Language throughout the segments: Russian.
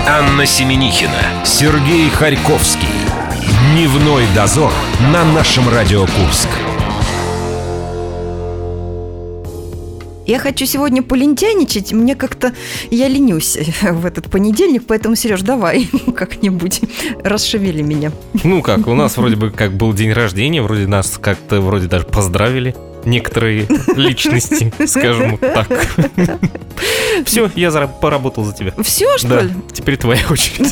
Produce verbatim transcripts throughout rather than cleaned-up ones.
Анна Семенихина, Сергей Харьковский. Дневной дозор на нашем Радио Курск. Я хочу сегодня полентяничать, мне как-то, я ленюсь в этот понедельник, поэтому, Сереж, давай как-нибудь расшевели меня. Ну как, у нас вроде бы как был день рождения, вроде нас как-то вроде даже поздравили некоторые личности, скажем так. Все, я поработал за тебя. Все, что да, ли? Теперь твоя очередь.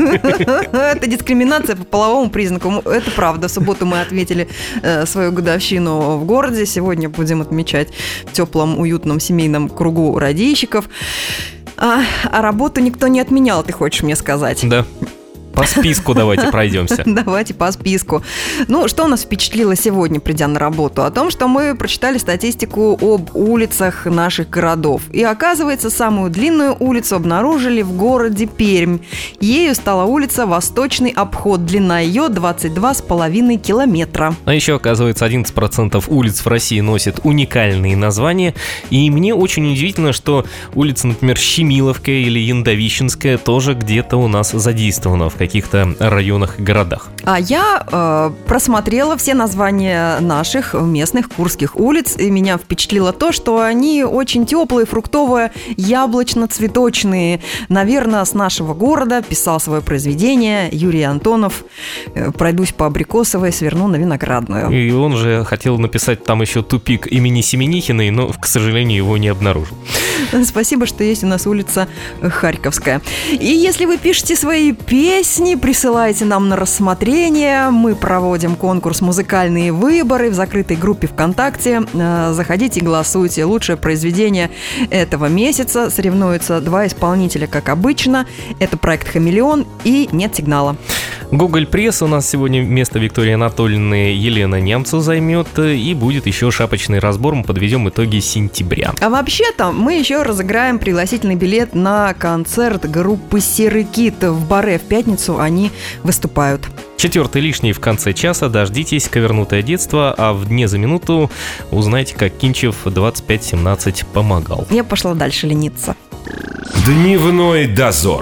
Это дискриминация по половому признаку. Это правда. В субботу мы отметили э, свою годовщину в городе. Сегодня будем отмечать в теплом, уютном семейном кругу радийщиков. А, а работу никто не отменял, ты хочешь мне сказать? Да. По списку давайте пройдемся. Давайте по списку. Ну, что нас впечатлило сегодня, придя на работу? О том, что мы прочитали статистику об улицах наших городов. И оказывается, самую длинную улицу обнаружили в городе Пермь. Ею стала улица Восточный обход. Длина ее двадцать два с половиной километра. А еще, оказывается, одиннадцать процентов улиц в России носят уникальные названия. И мне очень удивительно, что улица, например, Щемиловская или Яндовищенская тоже где-то у нас задействована в каких-то районах и городах. А я э, просмотрела все названия наших местных курских улиц, и меня впечатлило то, что они очень теплые, фруктовые, яблочно-цветочные. Наверное, с нашего города писал свое произведение Юрий Антонов. «Пройдусь по Абрикосовой, сверну на Виноградную». И он же хотел написать там еще тупик имени Семенихиной, но, к сожалению, его не обнаружил. Спасибо, что есть у нас улица Харьковская. И если вы пишете свои песни, присылайте нам на рассмотрение. Мы проводим конкурс «Музыкальные выборы» в закрытой группе ВКонтакте. Заходите и голосуйте. Лучшее произведение этого месяца. Соревнуются два исполнителя, как обычно. Это проект «Хамелеон» и «Нет сигнала». Гоголь Пресс у нас сегодня вместо Виктории Анатольевны Елена Немцу займет. И будет еще шапочный разбор. Мы подведем итоги сентября. А вообще-то мы еще разыграем пригласительный билет на концерт группы «Серый кит» в Баре в пятницу. Они выступают. Четвертый лишний в конце часа. Дождитесь. Ковернутое детство. А в «Дне за минуту» узнаете, как Кинчев двадцать пять семнадцать помогал. Я пошла дальше лениться. Дневной дозор.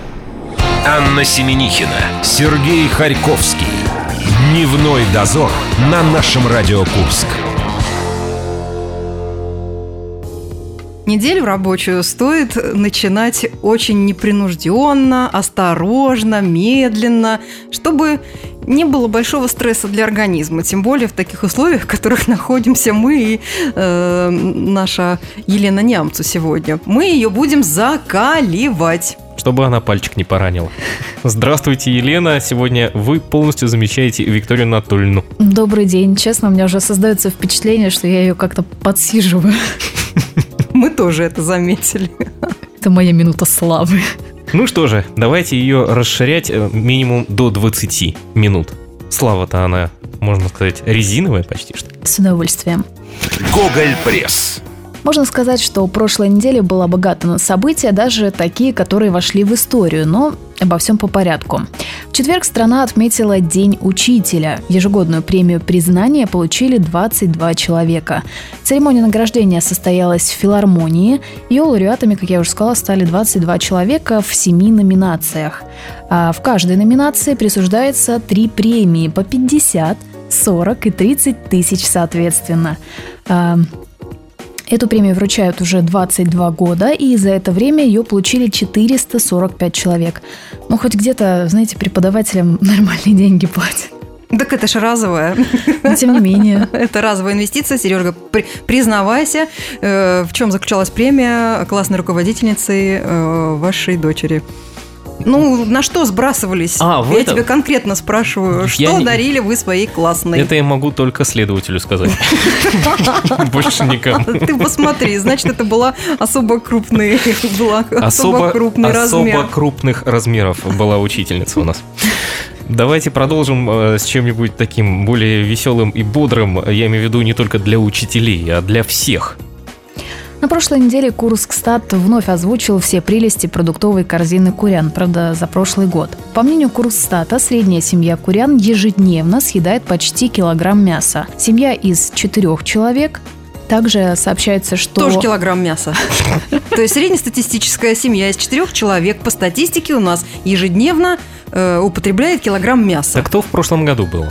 Анна Семенихина, Сергей Харьковский. Дневной дозор на нашем Радио Курск. Неделю рабочую стоит начинать очень непринужденно, осторожно, медленно, чтобы не было большого стресса для организма, тем более в таких условиях, в которых находимся мы и э, наша Елена Нямцу сегодня. Мы ее будем закаливать. Чтобы она пальчик не поранила. Здравствуйте, Елена. Сегодня вы полностью замещаете Викторию Анатольевну. Добрый день. Честно, у меня уже создается впечатление, что я ее как-то подсиживаю. Мы тоже это заметили. Это моя минута славы. Ну что же, давайте ее расширять минимум до двадцати минут. Слава-то она, можно сказать, резиновая почти что. С удовольствием. Гоголь Пресс. Можно сказать, что прошлая неделя была богата на события, даже такие, которые вошли в историю, но обо всем по порядку. В четверг страна отметила День учителя. Ежегодную премию признания получили двадцать два человека. Церемония награждения состоялась в филармонии. Ее лауреатами, как я уже сказала, стали двадцать два человека в семи номинациях. А в каждой номинации присуждается три премии по пятьдесят, сорок и тридцать тысяч соответственно. Эту премию вручают уже двадцать два года, и за это время ее получили четыреста сорок пять человек. Ну, хоть где-то, знаете, преподавателям нормальные деньги платят. Так это же разовая. Но тем не менее. Это разовая инвестиция. Сережа, при, признавайся, э, в чем заключалась премия классной руководительницы э, вашей дочери. Ну, на что сбрасывались? А, я это... тебя конкретно спрашиваю, что не... дарили вы своей классной? Это я могу только следователю сказать. Больше никому. Ты посмотри, значит, это была особо крупный, была особо крупный размер. Особо крупных размеров была учительница у нас. Давайте продолжим э, с чем-нибудь таким более веселым и бодрым. Я имею в виду не только для учителей, а для всех. На прошлой неделе Курскстат вновь озвучил все прелести продуктовой корзины курян, правда, за прошлый год. По мнению Курскстата, средняя семья курян ежедневно съедает почти килограмм мяса. Семья из четырех человек Также сообщается, что... Тоже килограмм мяса. То есть среднестатистическая семья из четырех человек по статистике у нас ежедневно э, употребляет килограмм мяса. Так кто в прошлом году был?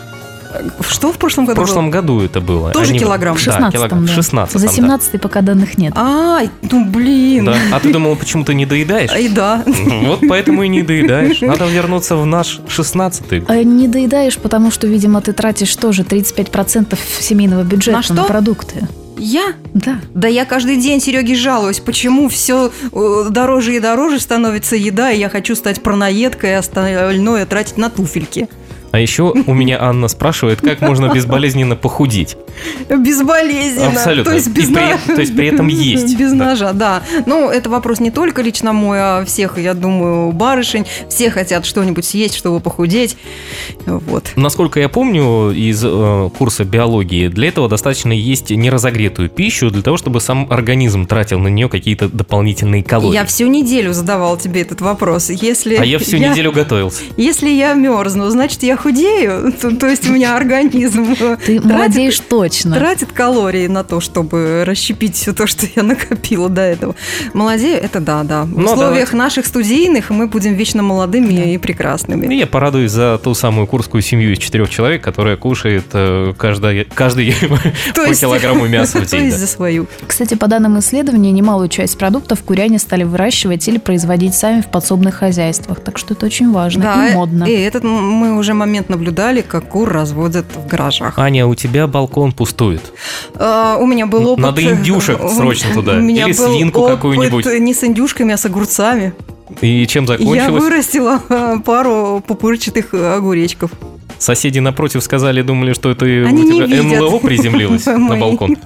Что в прошлом году В прошлом было? году это было. Тоже Они... килограмм? В шестнадцатом, да, килограмм. да. В шестнадцатом, За семнадцатый пока данных нет. Ай, ну блин. Да. А ты думала, почему ты не доедаешь? И да. Вот поэтому и не доедаешь. Надо вернуться в наш шестнадцатый. А не доедаешь, потому что, видимо, ты тратишь тоже тридцать пять процентов семейного бюджета На что? на продукты. Я? Да. Да я каждый день Сереге жалуюсь, почему все дороже и дороже становится еда, и я хочу стать параноедкой, и остальное тратить на туфельки. А еще у меня Анна спрашивает, как можно безболезненно похудеть. Безболезненно. Абсолютно. То есть, без И при- на- то есть при этом есть. Без Да. ножа, да. Ну, это вопрос не только лично мой, а всех, я думаю, барышень. Все хотят что-нибудь съесть, чтобы похудеть. Вот. Насколько я помню из э, курса биологии, для этого достаточно есть неразогретую пищу, для того, чтобы сам организм тратил на нее какие-то дополнительные калории. Я всю неделю задавала тебе этот вопрос. Если А я всю неделю готовился. Если я мерзну, значит, я худею. То, то есть у меня организм Ты тратит- молодеешь точно. тратит калории на то, чтобы расщепить все то, что я накопила до этого. Молодею, это да, да. В Ну, условиях давайте. наших студийных мы будем вечно молодыми и прекрасными. И я порадуюсь за ту самую курскую семью из четырех человек, которая кушает э, каждый, каждый То по есть- килограмму мяса в То день. есть да. за свою. Кстати, по данным исследования, немалую часть продуктов куряне стали выращивать или производить сами в подсобных хозяйствах. Так что это очень важно Да, и модно. и этот м- мы уже момент наблюдали, как кур разводят в гаражах. Аня, у тебя балкон пустует. А, у меня был опыт... Надо индюшек у- срочно туда. У меня Или был свинку опыт какую-нибудь. не с индюшками, а с огурцами. И чем Я закончилось? вырастила а, пару пупырчатых огуречков. Соседи напротив сказали, думали, что это у Они не тебя видят. эн эл о приземлилось на Мои. балкон.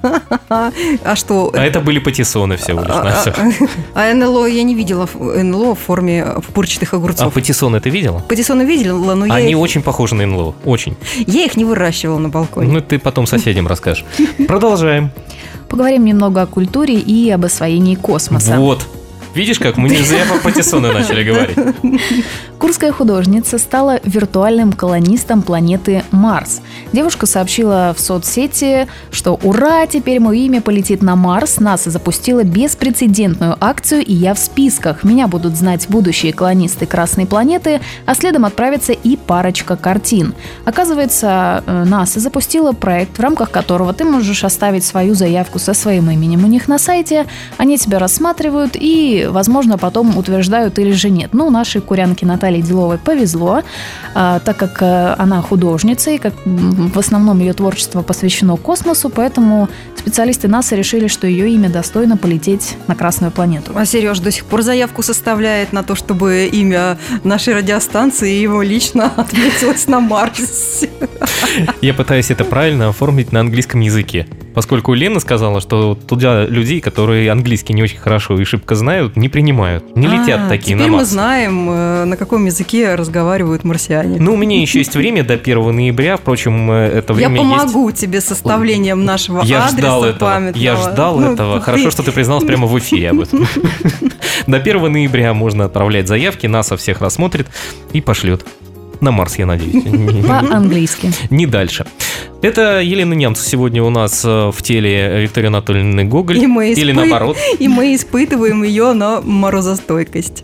А что? А это были патиссоны всего лишь на все. А эн эл о я не видела эн эл о в форме пупырчатых А огурцов. патиссоны ты видела? Патиссоны видела, но я Они их, очень похожи на эн эл о. Очень. я их не выращивала на балконе. Ну, ты потом соседям расскажешь. Продолжаем. Поговорим немного о культуре и об освоении космоса. Вот. Видишь, как мы не зря про патиссоны начали говорить. Курская художница стала виртуальным колонистом планеты Марс. Девушка сообщила в соцсети, что «Ура, теперь мое имя полетит на Марс. НАСА запустила беспрецедентную акцию, и я в списках. Меня будут знать будущие колонисты Красной планеты, а следом отправится и парочка картин». Оказывается, э, НАСА запустила проект, в рамках которого ты можешь оставить свою заявку со своим именем у них на сайте, они тебя рассматривают и, возможно, потом утверждают или же нет. Ну, нашей курянке Наталье Деловой повезло, а, так как а, она художница, и как, м, в основном ее творчество посвящено космосу, поэтому специалисты НАСА решили, что ее имя достойно полететь на Красную планету. А Сереж до сих пор заявку составляет на то, чтобы имя нашей радиостанции его лично отметилось на Марсе. Я пытаюсь это правильно оформить на английском языке. Поскольку Лена сказала, что туда людей, которые английский не очень хорошо и шибко знают, не принимают. Не летят А, такие на Теперь мы Марс. знаем, э, на каком языке разговаривают марсиане. Ну, у меня еще есть время до первого ноября. Впрочем, э, это Я время есть. помогу тебе с составлением нашего Я адреса ждал этого. памятного. Я ждал Ну, этого. ты- Хорошо, что ты призналась прямо в эфире об этом. До первого ноября можно отправлять заявки, НАСА всех рассмотрит и пошлет. На Марс, я надеюсь. По-английски. Не дальше. Это Елена Нямцев сегодня у нас э, в теле Виктории Анатольевны Гоголь. И мы Или испы- наоборот. И мы испытываем ее на морозостойкость.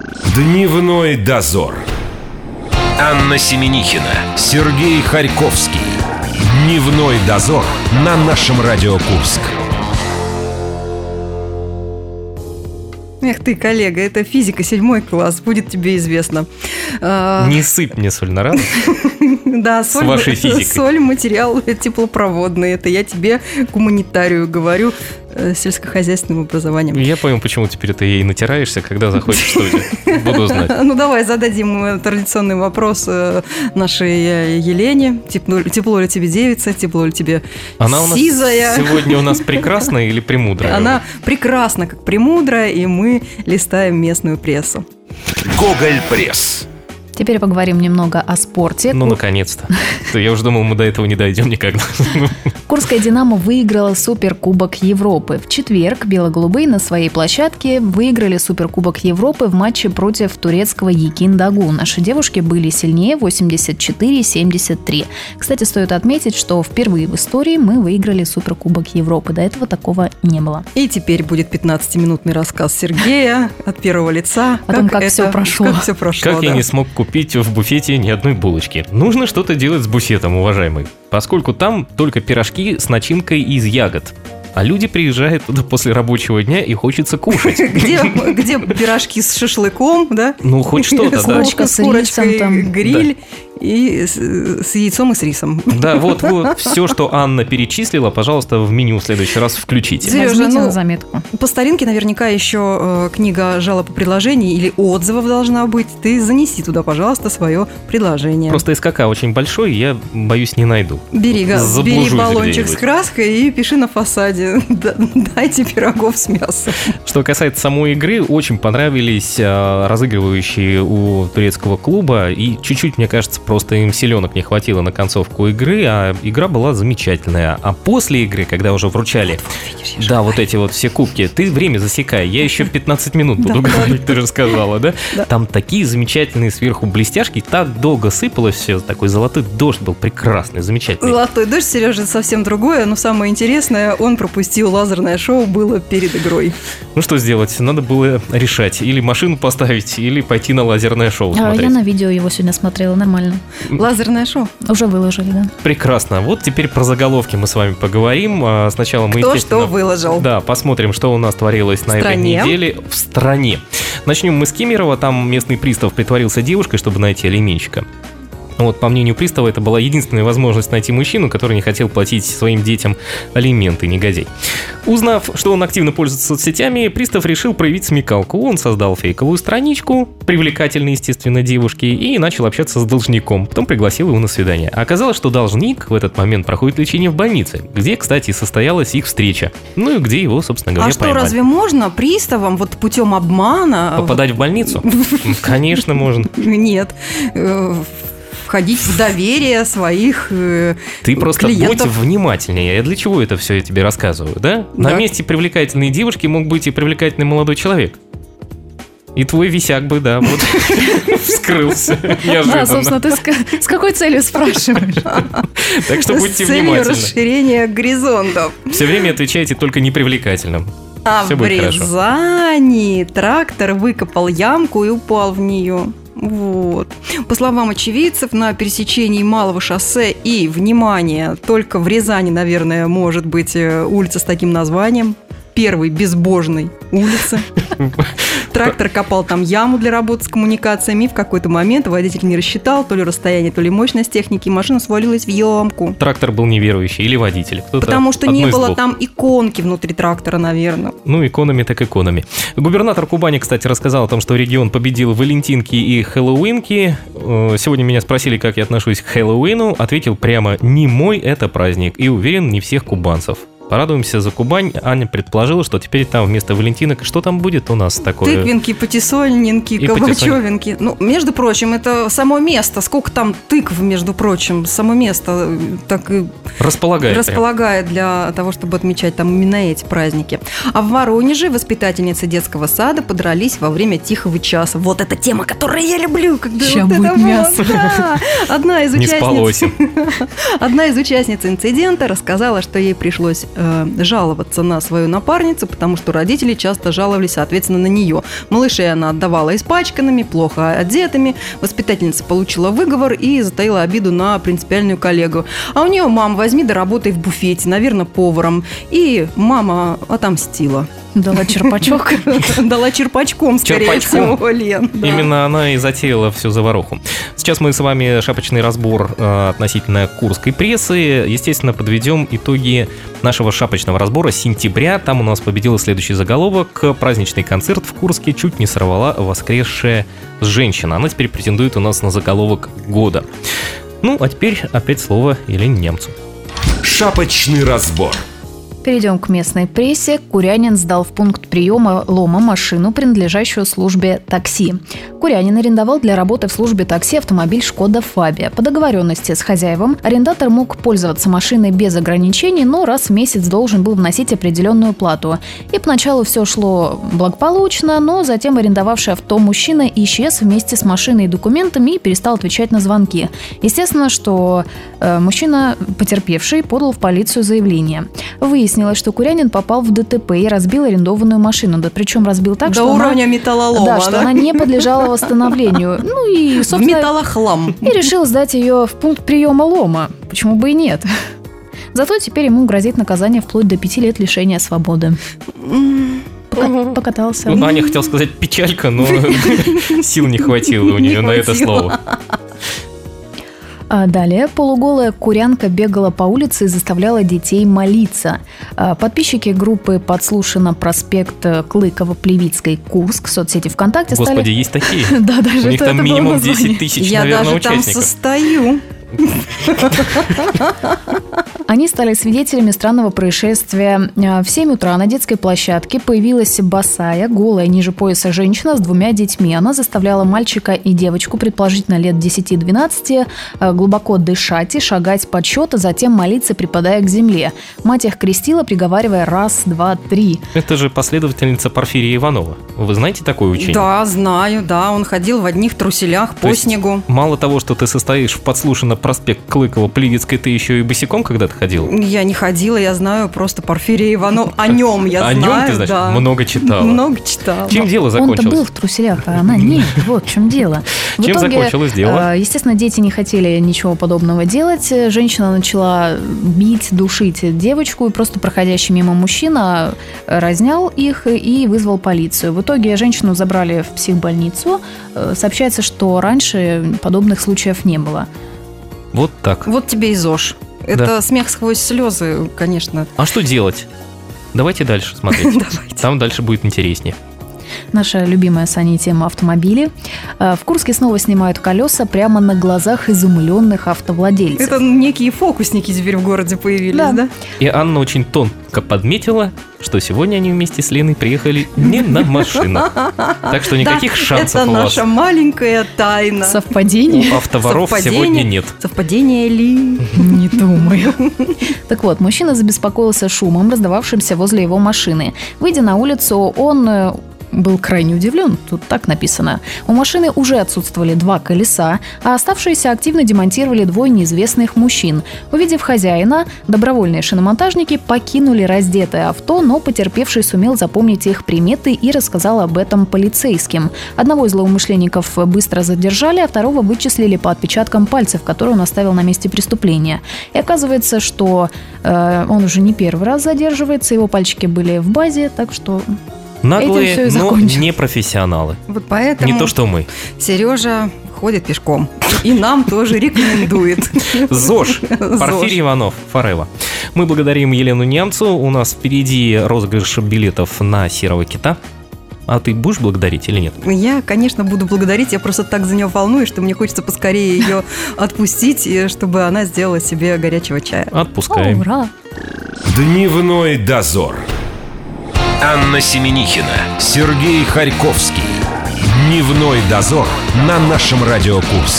Дневной дозор. Анна Семенихина, Сергей Харьковский. Дневной дозор на нашем Радио Курск. Эх ты, коллега, это физика, седьмой класс, будет тебе известно. А, Не сыпь мне соль на рану. Да, соль, вашей физикой. соль, материал теплопроводный. Это я тебе, гуманитарию, говорю, э, с сельскохозяйственным образованием. Я понял, почему теперь ты ей натираешься, когда заходишь в студию. Буду знать. Ну, давай зададим э, традиционный вопрос э, нашей э, Елене. Тепло, тепло ли тебе девица, тепло ли тебе Она у нас сизая? сегодня у нас прекрасная или премудрая? Она прекрасна, как премудрая, и мы листаем местную прессу. Гоголь Пресс. Теперь поговорим немного о спорте. Ну, наконец-то. Я уже думал, мы до этого не дойдем никогда. Курская «Динамо» выиграла Суперкубок Европы. В четверг бело-голубые на своей площадке выиграли Суперкубок Европы в матче против турецкого Якин-Дагу. Наши девушки были сильнее восемьдесят четыре семьдесят три. Кстати, стоит отметить, что впервые в истории мы выиграли Суперкубок Европы. До этого такого не было. И теперь будет пятнадцатиминутный рассказ Сергея от первого лица. О том, как все прошло. Как все прошло, Как я да. не смог купить в буфете ни одной булочки. Нужно что-то делать с буфетом, уважаемый, поскольку там только пирожки с начинкой из ягод. А люди приезжают туда после рабочего дня и хочется кушать. Где, где пирожки с шашлыком, да? Ну, хоть что-то, да. Курочка с курочкой, рисом там. гриль и с, с яйцом и с рисом. Да, вот, вот, все, что Анна перечислила, пожалуйста, в меню в следующий раз включите. Сережа, Возьмите ну, на заметку. По старинке наверняка еще э, книга жалоб и предложений или отзывов должна быть. Ты занеси туда, пожалуйста, свое предложение. Просто СКК очень большой, я, боюсь, не найду. Бери, га- Заблужусь бери баллончик где-нибудь. с краской и пиши на фасаде. Дайте пирогов с мясом. Что касается самой игры, очень понравились а, разыгрывающие у турецкого клуба, и чуть-чуть, мне кажется, просто им силенок не хватило на концовку игры, а игра была замечательная. А после игры, когда уже вручали, да, вот эти вот все кубки, ты время засекай, я еще пятнадцать минут буду Да, говорить, ты же сказала, да? Да. Там такие замечательные сверху блестяшки, так долго сыпалось все, такой золотой дождь был прекрасный, замечательный. Золотой дождь, Сережа, совсем другое, но самое интересное, он пропустил лазерное шоу, было перед игрой. Ну что сделать, надо было решать, или машину поставить, или пойти на лазерное шоу А, смотреть. я на видео его сегодня смотрела, нормально. Лазерное шоу. Уже выложили, да. Прекрасно. Вот теперь про заголовки мы с вами поговорим. А Сначала мы, Кто естественно, что выложил. Да, посмотрим, что у нас творилось В на этой стране. неделе в стране. Начнем мы с Кемерово. Там местный пристав притворился девушкой, чтобы найти алименщика. Вот, по мнению пристава, это была единственная возможность найти мужчину, который не хотел платить своим детям алименты, негодяй. Узнав, что он активно пользуется соцсетями, пристав решил проявить смекалку. Он создал фейковую страничку, привлекательной, естественно, девушки, и начал общаться с должником. Потом пригласил его на свидание. А оказалось, что должник в этот момент проходит лечение в больнице, где, кстати, состоялась их встреча. Ну и где его, собственно говоря, А что, поймали. разве можно приставам вот путем обмана... Попадать в больницу? Конечно, можно. Нет. Э, Входить в доверие своих э, Ты просто клиентов. будь внимательнее. Я для чего это все я тебе рассказываю, да? На Да. месте привлекательной девушки мог быть и привлекательный молодой человек. И твой висяк бы, да, вот вскрылся Да, неожиданно. собственно, ты с, ка- с какой целью спрашиваешь? Так что будьте с целью внимательны. расширения горизонтов. Все время отвечайте только непривлекательным. А Всё в будет хорошо. Рязани трактор выкопал ямку и упал в нее. Вот. По словам очевидцев, на пересечении Малого шоссе и, внимание, только в Рязани, наверное, может быть э, улица с таким названием. Первой безбожной улицы. Трактор копал там яму для работы с коммуникациями, и в какой-то момент водитель не рассчитал то ли расстояние, то ли мощность техники, и машина свалилась в ямку. Трактор был неверующий или водитель. Кто-то Потому что одно не из было двух. там иконки внутри трактора, наверное. Ну, иконами так иконами. Губернатор Кубани, кстати, рассказал о том, что регион победил Валентинки и Хэллоуинки. Э, Сегодня меня спросили, как я отношусь к Хэллоуину. Ответил прямо: не мой это праздник. И уверен, не всех кубанцев. Порадуемся за Кубань. Аня предположила, что теперь там вместо валентинок что там будет у нас такое? Тыквинки, патиссольнинки, И кабачевинки. Ну, между прочим, это само место. Сколько там тыкв, между прочим. Само место э, так и Располагает прям. располагает для того, чтобы отмечать там именно эти праздники. А в Воронеже воспитательницы детского сада подрались во время тихого часа. Вот эта тема, которую я люблю. Когда Ща вот будет это вот, мясо. да. Одна из Не спалось участниц... Одна из участниц инцидента рассказала, что ей пришлось э, жаловаться на свою напарницу, потому что родители часто жаловались, соответственно, на нее. Малышей она отдавала испачканными, плохо одетыми. Воспитательница получила выговор и затаила обиду на принципиальную коллегу. А у нее: мам, возьми да работай в буфете, наверное, поваром. И мама отомстила. Дала черпачок. Дала черпачком, скорее Черпачком. всего, Лен. Да. Именно она и затеяла всю заваруху. Сейчас мы с вами шапочный разбор э, относительно курской прессы. Естественно, подведем итоги нашего шапочного разбора сентября. Там у нас победила следующий заголовок: праздничный концерт в Курске чуть не сорвала воскресшая женщина. Она теперь претендует у нас на заголовок года. Ну, а теперь опять слово Елене Немцу. Шапочный разбор. Перейдем к местной прессе. Курянин сдал в пункт приема лома машину, принадлежащую службе такси. Курянин арендовал для работы в службе такси автомобиль «Шкода Фабия». По договоренности с хозяевом арендатор мог пользоваться машиной без ограничений, но раз в месяц должен был вносить определенную плату. И поначалу все шло благополучно, но затем арендовавший авто мужчина исчез вместе с машиной и документами и перестал отвечать на звонки. Естественно, что э, мужчина, потерпевший, подал в полицию заявление. Выяснилось, что Курянин попал в ДТП и разбил арендованную машину. Да причем разбил так, До что уровня она, металлолома, да, что да? она не подлежала восстановлению. Ну и, собственно, В металлохлам. и решил сдать ее в пункт приема лома. Почему бы и нет? Зато теперь ему грозит наказание вплоть до пяти лет лишения свободы. Пока- покатался. Ну, Аня хотел сказать печалька, но сил не хватило у нее на это слово. А далее полуголая курянка бегала по улице и заставляла детей молиться. А подписчики группы «Подслушано. Проспект Клыково-Плевицкой. Курск» в соцсети ВКонтакте стали... Господи, есть такие? Да, даже У них это там было минимум название. десять тысяч, Я наверное, даже там участников. состою. Они стали свидетелями странного происшествия. В семь утра на детской площадке появилась босая, голая, ниже пояса женщина с двумя детьми. Она заставляла мальчика и девочку, предположительно лет десяти-двенадцати, глубоко дышать и шагать под счет, а затем молиться, припадая к земле. Мать их крестила, приговаривая «раз, два, три». Это же последовательница Порфирия Иванова. Вы знаете такое учение? Да, знаю, да. Он ходил в одних труселях То по есть снегу. Мало того, что ты состоишь в подслушано проспект Клыково-Плевицкой, ты еще и босиком когда-то ходил? Я не ходила, я знаю просто Порфирия Иванова. О нем я О знаю. нем ты, значит, да. много читала? Много читала. Чем дело Он-то закончилось? был в труселях, а она нет. Вот в чем дело. В Чем итоге, закончилось дело? э, Естественно, дети не хотели ничего подобного делать. Женщина начала бить, душить девочку, и просто проходящий мимо мужчина разнял их и вызвал полицию. В итоге женщину забрали в психбольницу. Э, Сообщается, что раньше подобных случаев не было. Вот так. Вот тебе и ЗОЖ. Это смех сквозь слезы, конечно. А что делать? Давайте дальше смотреть. Давайте. Там дальше будет интереснее. Наша любимая с Аней тема автомобили. В Курске снова снимают колеса прямо на глазах изумленных автовладельцев. Это некие фокусники теперь в городе появились, Да. да? И Анна очень тонко подметила, что сегодня они вместе с Леной приехали не на машинах. Так что никаких Да, шансов это у вас. наша маленькая тайна. Совпадение? У автоворов Совпадение? сегодня нет. Совпадение ли? Не думаю. Так вот, мужчина забеспокоился шумом, раздававшимся возле его машины. Выйдя на улицу, он э, был крайне удивлен, тут так написано. У машины уже отсутствовали два колеса, а оставшиеся активно демонтировали двое неизвестных мужчин. Увидев хозяина, добровольные шиномонтажники покинули раздетое авто, но потерпевший сумел запомнить их приметы и рассказал об этом полицейским. Одного из злоумышленников быстро задержали, а второго вычислили по отпечаткам пальцев, которые он оставил на месте преступления. И оказывается, что э, он уже не первый раз задерживается, его пальчики были в базе, так что... Этим всё Наглые, и но закончилось. не профессионалы. Вот поэтому Не то, что мы. Сережа ходит пешком. И нам тоже рекомендует. ЗОЖ. Порфирий Иванов. Форева. Мы благодарим Елену Нямцу. У нас впереди розыгрыш билетов на «Серого кита». А ты будешь благодарить или нет? Я, конечно, буду благодарить. Я просто так за нее волнуюсь, что мне хочется поскорее ее отпустить, и чтобы она сделала себе горячего чая. Отпускаем. Ура! Дневной дозор. Анна Семенихина, Сергей Харьковский. Дневной дозор на нашем Радио Курск.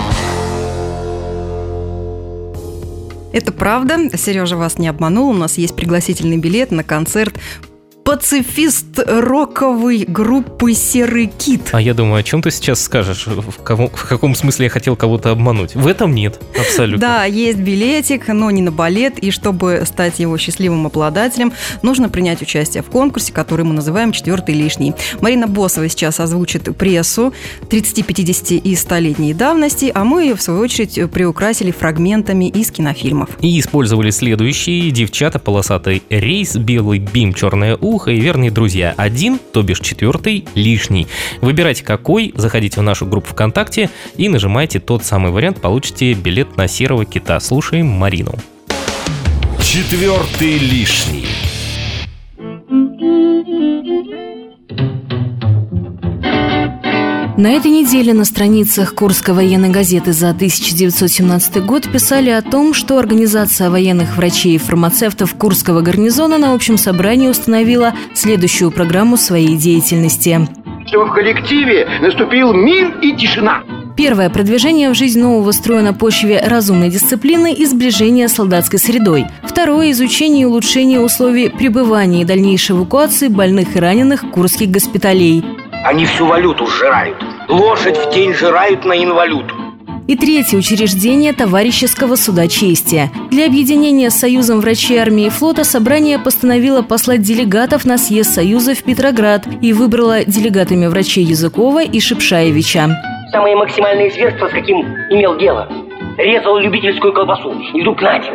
Это правда. Сережа вас не обманул. У нас есть пригласительный билет на концерт пацифист-роковой группы «Серый кит». А я думаю, о чем ты сейчас скажешь? В, кого- в каком смысле я хотел кого-то обмануть? В этом нет, абсолютно. Да, есть билетик, но не на балет. И чтобы стать его счастливым обладателем, нужно принять участие в конкурсе, который мы называем «Четвертый лишний». Марина Босова сейчас озвучит прессу тридцати, пятидесяти и столетней давности, а мы ее, в свою очередь, приукрасили фрагментами из кинофильмов. И использовали следующие: девчата, полосатый рейс, белый бим, черное ухо и верные друзья. Один, то бишь четвертый, лишний. Выбирайте какой, заходите в нашу группу ВКонтакте и нажимайте тот самый вариант, получите билет на «Серого кита». Слушаем Марину. Четвертый лишний. На этой неделе на страницах Курской военной газеты за тысяча девятьсот семнадцатый год писали о том, что Организация военных врачей и фармацевтов Курского гарнизона на общем собрании установила следующую программу своей деятельности. чтобы в коллективе наступил мир и тишина. Первое – продвижение в жизнь нового строя на почве разумной дисциплины и сближения с солдатской средой. Второе – изучение и улучшение условий пребывания и дальнейшей эвакуации больных и раненых курских госпиталей. Они всю валюту сжирают. Лошадь в день жирают на инвалюту. И третье – учреждение товарищеского суда чести. Для объединения с Союзом врачей армии и флота собрание постановило послать делегатов на съезд Союза в Петроград и выбрало делегатами врачей Языкова и Шипшаевича. Самые максимальные зверства, с каким имел дело. Резал любительскую колбасу и вдруг нате.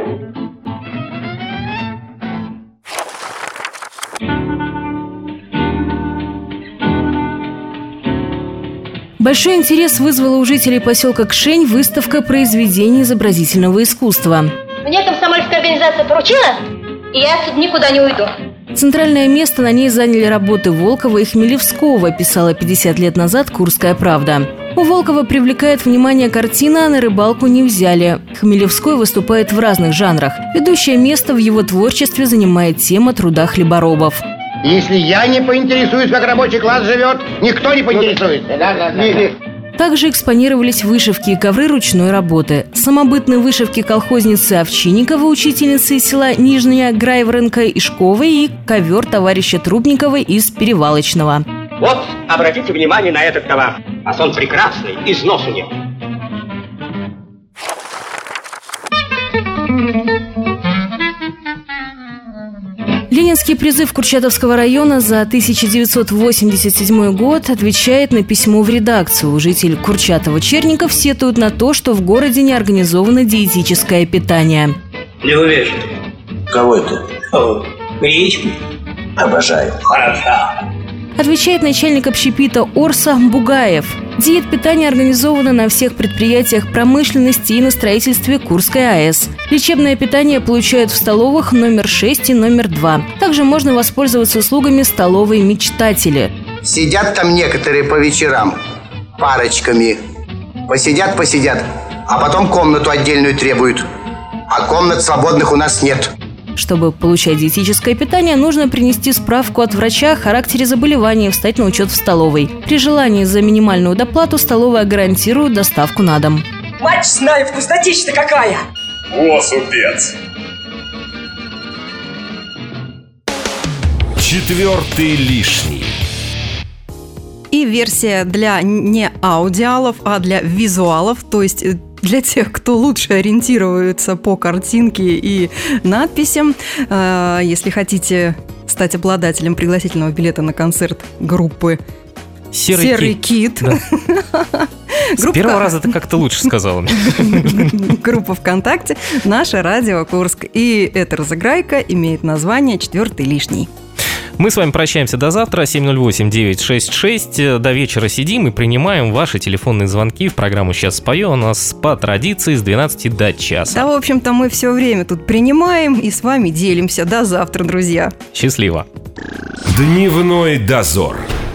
Большой интерес вызвала у жителей поселка Кшень выставка произведений изобразительного искусства. Мне комсомольская организация поручила, и я отсюда никуда не уйду. Центральное место на ней заняли работы Волкова и Хмелевского, писала пятьдесят лет назад «Курская правда». У Волкова привлекает внимание картина «А на рыбалку не взяли». Хмелевской выступает в разных жанрах. Ведущее место в его творчестве занимает тема труда хлеборобов. Если я не поинтересуюсь, как рабочий класс живет, никто не поинтересуется. Да, да, да. Также экспонировались вышивки и ковры ручной работы. Самобытные вышивки колхозницы Овчинниковой, учительницы из села Нижняя Грайворонка Ишковой, и ковер товарища Трубниковой из Перевалочного. Вот, обратите внимание на этот товар. А он прекрасный, износу нет. Ленинский призыв Курчатовского района за тысяча девятьсот восемьдесят седьмой год отвечает на письмо в редакцию. Житель Курчатова Черников сетует на то, что в городе не организовано диетическое питание. Не уверен. Кого это? О, гречку. Обожаю. Хорошо. Отвечает начальник общепита Орса Бугаев. Диет-питание организовано на всех предприятиях промышленности и на строительстве Курской АЭС. Лечебное питание получают в столовых номер шесть и номер два. Также можно воспользоваться услугами столовой «Мечтатели». Сидят там некоторые по вечерам парочками. Посидят-посидят, а потом комнату отдельную требуют. А комнат свободных у нас нет. Чтобы получать диетическое питание, нужно принести справку от врача о характере заболевания и встать на учет в столовой. При желании за минимальную доплату столовая гарантирует доставку на дом. Мать знаю, вкуснотища-то какая! О, супец! Четвертый лишний. И версия для не аудиалов, а для визуалов, то есть для тех, кто лучше ориентируется по картинке и надписям. Если хотите стать обладателем пригласительного билета на концерт группы «Серый, Серый кит», кит. Да. С первого раза ты как-то лучше сказала. Группа ВКонтакте «Наше радио Курск». И эта разыграйка имеет название «Четвертый лишний». Мы с вами прощаемся до завтра. семь ноль восемь девять шесть шесть. До вечера сидим и принимаем ваши телефонные звонки в программу «Сейчас спою». У нас по традиции с двенадцати до часа. Да, в общем-то, мы все время тут принимаем и с вами делимся. До завтра, друзья. Счастливо. Дневной дозор.